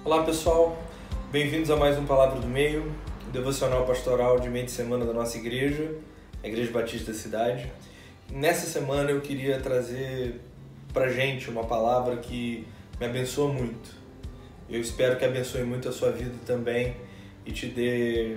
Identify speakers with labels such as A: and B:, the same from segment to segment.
A: Olá pessoal, bem-vindos a mais um Palavra do Meio, o devocional pastoral de meio de semana da nossa igreja, a Igreja Batista da Cidade. Nessa semana eu queria trazer pra gente uma palavra que me abençoa muito. Eu espero que abençoe muito a sua vida também e te dê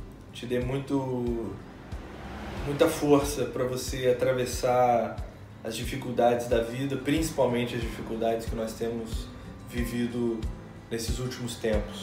A: muita força para você atravessar as dificuldades da vida, principalmente as dificuldades que nós temos vivido nesses últimos tempos.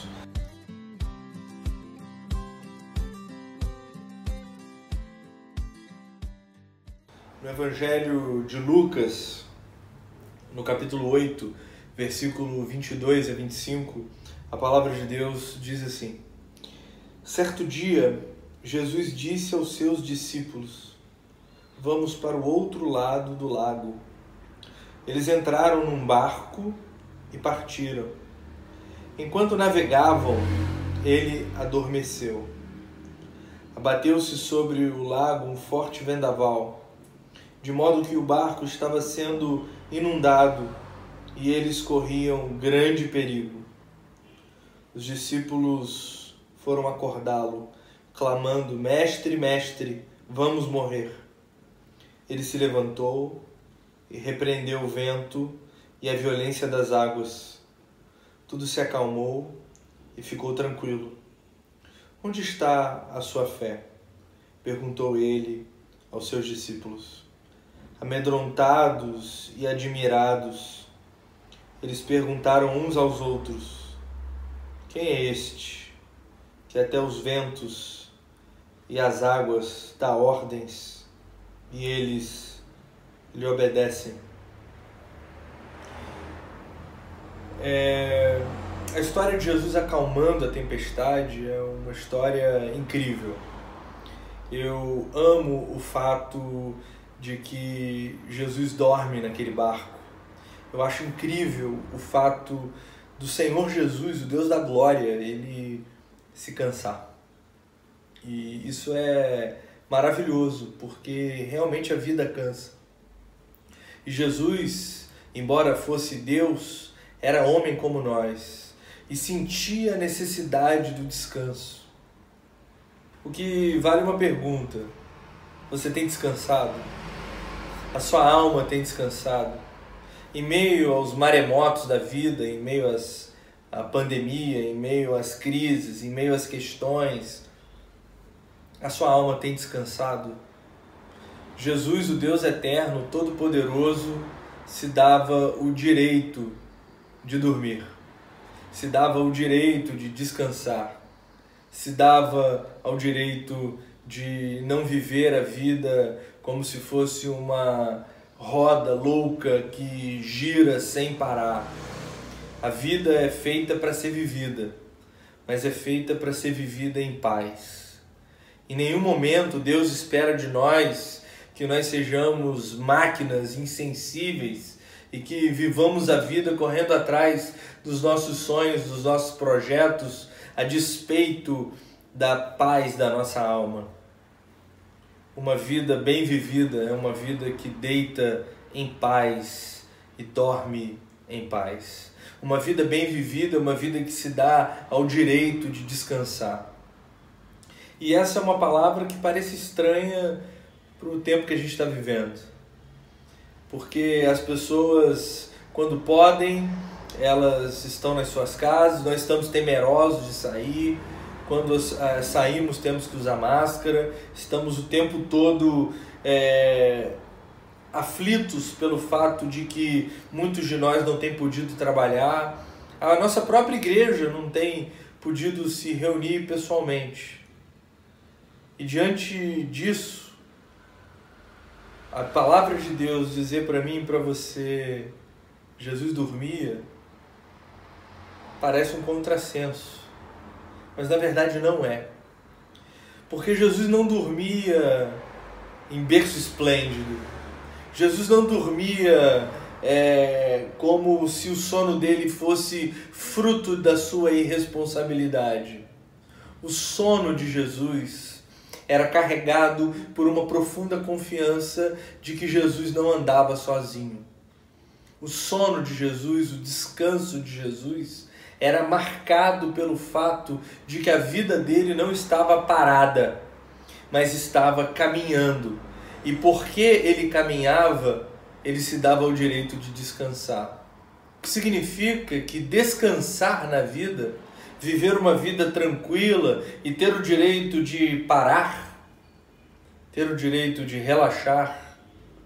A: No Evangelho de Lucas, no capítulo 8, versículo 22 a 25, a palavra de Deus diz assim: Certo dia, Jesus disse aos seus discípulos: Vamos para o outro lado do lago. Eles entraram num barco e partiram. Enquanto navegavam, ele adormeceu. Abateu-se sobre o lago um forte vendaval, de modo que o barco estava sendo inundado e eles corriam grande perigo. Os discípulos foram acordá-lo, clamando: Mestre, mestre, vamos morrer. Ele se levantou e repreendeu o vento e a violência das águas. Tudo se acalmou e ficou tranquilo. Onde está a sua fé? Perguntou ele aos seus discípulos. Amedrontados e admirados, eles perguntaram uns aos outros: Quem é este que até os ventos e as águas dá ordens e eles lhe obedecem? A história de Jesus acalmando a tempestade é uma história incrível. Eu amo o fato de que Jesus dorme naquele barco. Eu acho incrível o fato do Senhor Jesus, o Deus da glória, ele se cansar. E isso é maravilhoso, porque realmente a vida cansa. E Jesus, embora fosse Deus, era homem como nós e sentia a necessidade do descanso. O que vale uma pergunta: você tem descansado? A sua alma tem descansado? Em meio aos maremotos da vida, em meio à pandemia, em meio às crises, em meio às questões, a sua alma tem descansado? Jesus, o Deus eterno, todo-poderoso, se dava o direito de dormir, se dava o direito de descansar, se dava ao direito de não viver a vida como se fosse uma roda louca que gira sem parar. A vida é feita para ser vivida, mas é feita para ser vivida em paz. Em nenhum momento Deus espera de nós que nós sejamos máquinas insensíveis e que vivamos a vida correndo atrás dos nossos sonhos, dos nossos projetos, a despeito da paz da nossa alma. Uma vida bem vivida é uma vida que deita em paz e dorme em paz. Uma vida bem vivida é uma vida que se dá ao direito de descansar. E essa é uma palavra que parece estranha para o tempo que a gente está vivendo. Porque as pessoas, quando podem, elas estão nas suas casas, nós estamos temerosos de sair. Quando saímos temos que usar máscara, estamos o tempo todo aflitos pelo fato de que muitos de nós não têm podido trabalhar. A nossa própria igreja não tem podido se reunir pessoalmente. E diante disso, a palavra de Deus dizer para mim e para você: Jesus dormia, parece um contrassenso. Mas na verdade não é. Porque Jesus não dormia em berço esplêndido. Jesus não dormia como se o sono dele fosse fruto da sua irresponsabilidade. O sono de Jesus era carregado por uma profunda confiança de que Jesus não andava sozinho. O sono de Jesus, o descanso de Jesus, era marcado pelo fato de que a vida dele não estava parada, mas estava caminhando. E porque ele caminhava, ele se dava o direito de descansar. O que significa que descansar na vida, viver uma vida tranquila e ter o direito de parar, ter o direito de relaxar,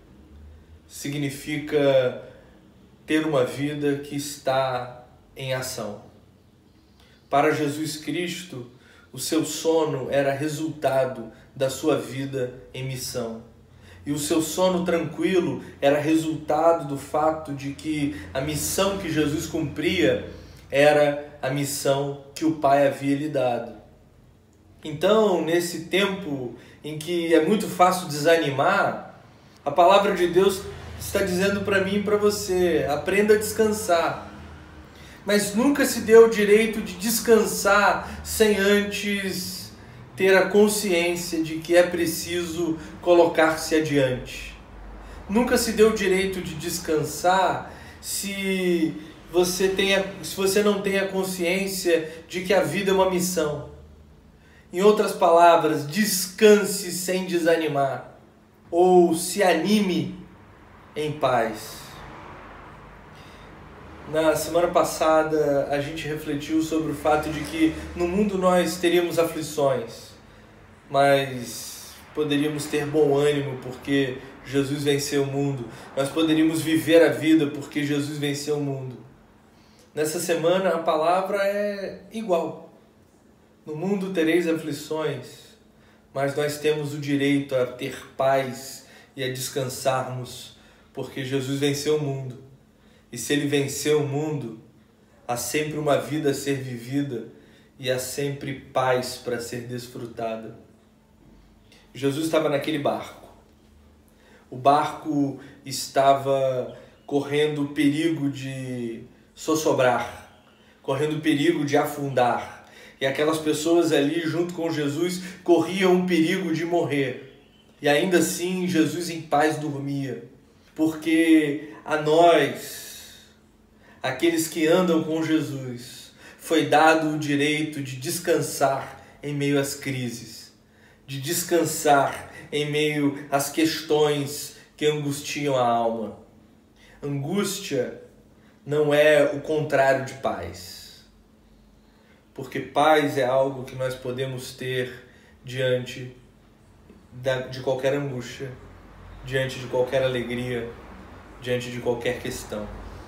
A: significa ter uma vida que está em ação. Para Jesus Cristo, o seu sono era resultado da sua vida em missão. E o seu sono tranquilo era resultado do fato de que a missão que Jesus cumpria era a missão que o Pai havia lhe dado. Então, nesse tempo em que é muito fácil desanimar, a palavra de Deus está dizendo para mim e para você: aprenda a descansar. Mas nunca se deu o direito de descansar sem antes ter a consciência de que é preciso colocar-se adiante. Nunca se deu o direito de descansar se você não tem a consciência de que a vida é uma missão. Em outras palavras, descanse sem desanimar, ou se anime em paz. Na semana passada a gente refletiu sobre o fato de que no mundo nós teríamos aflições, mas poderíamos ter bom ânimo porque Jesus venceu o mundo. Nós poderíamos viver a vida porque Jesus venceu o mundo. Nessa semana a palavra é igual. No mundo tereis aflições, mas nós temos o direito a ter paz e a descansarmos porque Jesus venceu o mundo. E se ele venceu o mundo, há sempre uma vida a ser vivida e há sempre paz para ser desfrutada. Jesus estava naquele barco. O barco estava correndo perigo de sossobrar, correndo perigo de afundar. E aquelas pessoas ali junto com Jesus corriam o perigo de morrer. E ainda assim Jesus em paz dormia. Porque a nós, aqueles que andam com Jesus, foi dado o direito de descansar em meio às crises, de descansar em meio às questões que angustiam a alma. Angústia não é o contrário de paz, porque paz é algo que nós podemos ter diante de qualquer angústia, diante de qualquer alegria, diante de qualquer questão.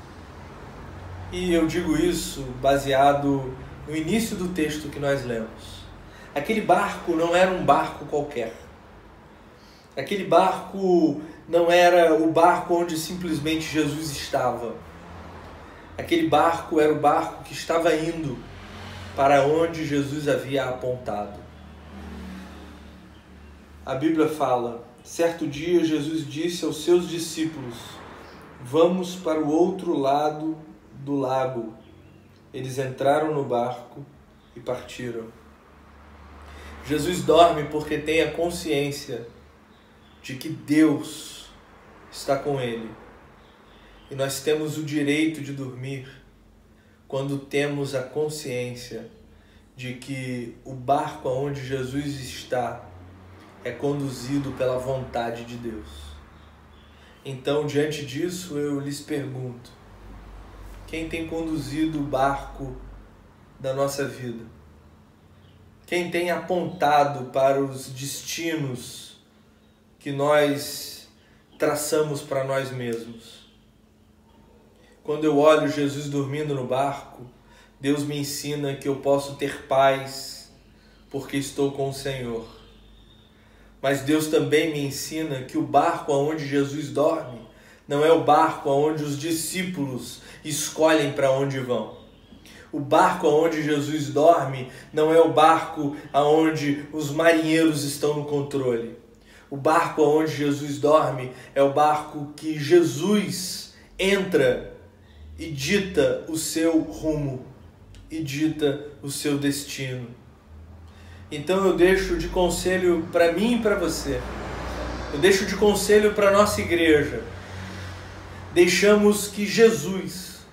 A: E eu digo isso baseado no início do texto que nós lemos. Aquele barco não era um barco qualquer. Aquele barco não era o barco onde simplesmente Jesus estava. Aquele barco era o barco que estava indo para onde Jesus havia apontado. A Bíblia fala: certo dia Jesus disse aos seus discípulos: vamos para o outro lado do lago. Eles entraram no barco e partiram. Jesus dorme porque tem a consciência de que Deus está com ele. E nós temos o direito de dormir quando temos a consciência de que o barco aonde Jesus está é conduzido pela vontade de Deus. Então, diante disso, eu lhes pergunto: quem tem conduzido o barco da nossa vida? Quem tem apontado para os destinos que nós traçamos para nós mesmos? Quando eu olho Jesus dormindo no barco, Deus me ensina que eu posso ter paz porque estou com o Senhor. Mas Deus também me ensina que o barco aonde Jesus dorme não é o barco aonde os discípulos escolhem para onde vão. O barco aonde Jesus dorme não é o barco aonde os marinheiros estão no controle. O barco aonde Jesus dorme é o barco que Jesus entra e dita o seu rumo, e dita o seu destino. Então eu deixo de conselho para mim e para você. Eu deixo de conselho para a nossa igreja. Deixamos que Jesus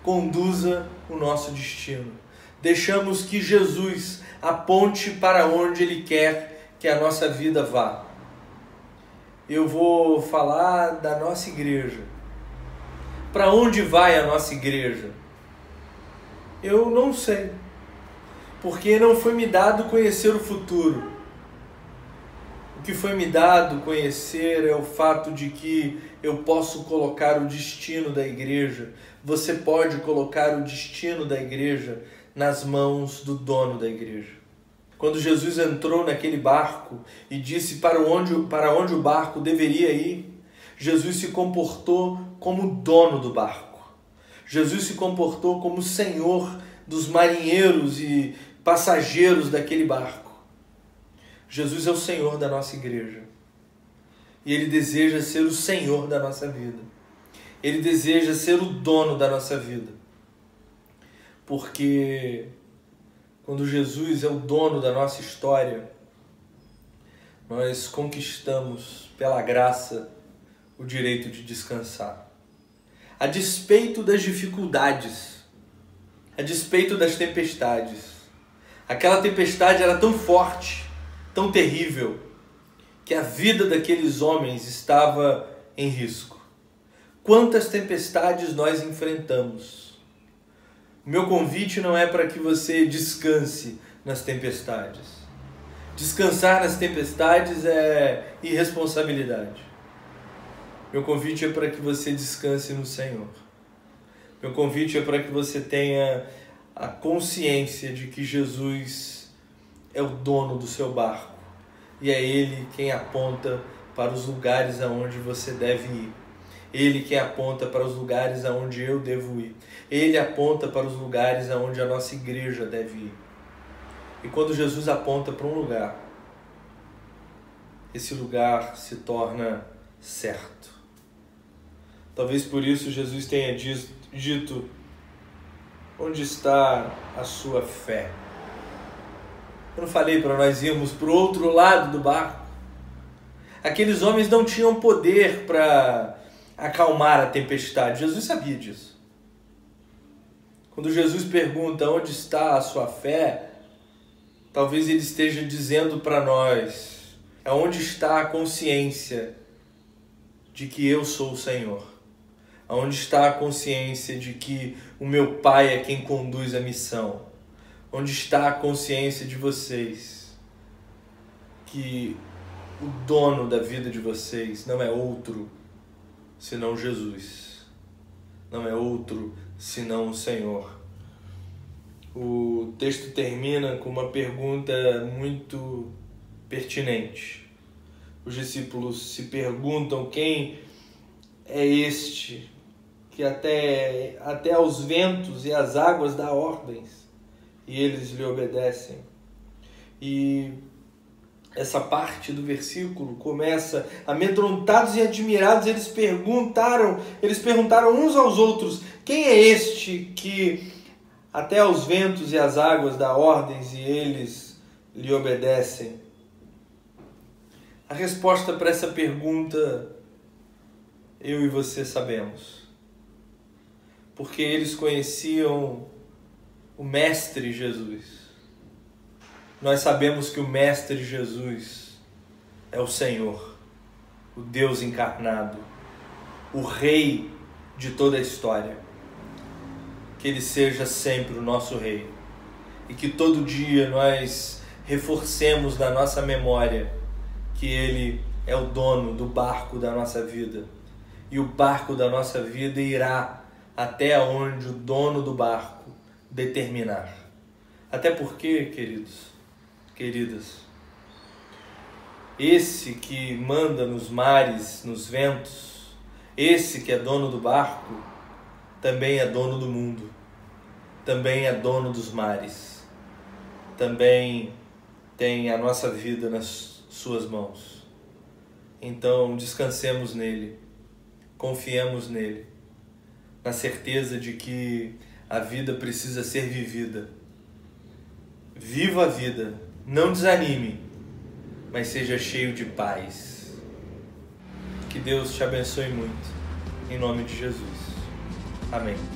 A: conduza o nosso destino. Deixamos que Jesus aponte para onde Ele quer que a nossa vida vá. Eu vou falar da nossa igreja. Para onde vai a nossa igreja? Eu não sei, porque não foi me dado conhecer o futuro. O que foi me dado conhecer é o fato de que eu posso colocar o destino da igreja, você pode colocar o destino da igreja nas mãos do dono da igreja. Quando Jesus entrou naquele barco e disse para onde o barco deveria ir, Jesus se comportou como dono do barco. Jesus se comportou como senhor dos marinheiros e passageiros daquele barco. Jesus é o Senhor da nossa igreja. E Ele deseja ser o Senhor da nossa vida. Ele deseja ser o dono da nossa vida. Porque quando Jesus é o dono da nossa história, nós conquistamos pela graça o direito de descansar. A despeito das dificuldades, a despeito das tempestades. Aquela tempestade era tão forte, tão terrível, que a vida daqueles homens estava em risco. Quantas tempestades nós enfrentamos? O meu convite não é para que você descanse nas tempestades. Descansar nas tempestades é irresponsabilidade. Meu convite é para que você descanse no Senhor. Meu convite é para que você tenha a consciência de que Jesus é o dono do seu barco e é Ele quem aponta para os lugares aonde você deve ir. Ele quem aponta para os lugares aonde eu devo ir. Ele aponta para os lugares aonde a nossa igreja deve ir. E quando Jesus aponta para um lugar, esse lugar se torna certo. Talvez por isso Jesus tenha dito: onde está a sua fé? Eu não falei para nós irmos para o outro lado do barco? Aqueles homens não tinham poder para acalmar a tempestade. Jesus sabia disso. Quando Jesus pergunta onde está a sua fé, talvez Ele esteja dizendo para nós: aonde está a consciência de que eu sou o Senhor? Aonde está a consciência de que o meu Pai é quem conduz a missão? Onde está a consciência de vocês que o dono da vida de vocês não é outro senão Jesus? Não é outro senão o Senhor. O texto termina com uma pergunta muito pertinente. Os discípulos se perguntam: quem é este que até aos ventos e às águas dá ordens e eles lhe obedecem? E essa parte do versículo começa: amedrontados e admirados, eles perguntaram uns aos outros: quem é este que até aos ventos e às águas dá ordens e eles lhe obedecem? A resposta para essa pergunta eu e você sabemos, porque eles conheciam o Mestre Jesus. Nós sabemos que o Mestre Jesus é o Senhor, o Deus encarnado, o Rei de toda a história. Que Ele seja sempre o nosso Rei e que todo dia nós reforcemos na nossa memória que Ele é o dono do barco da nossa vida. E o barco da nossa vida irá até onde o dono do barco determinar. Até porque, queridos, queridas, esse que manda nos mares, nos ventos, esse que é dono do barco, também é dono do mundo, também é dono dos mares, também tem a nossa vida nas suas mãos. Então descansemos nele, confiemos nele, na certeza de que a vida precisa ser vivida. Viva a vida, não desanime, mas seja cheio de paz. Que Deus te abençoe muito, em nome de Jesus. Amém.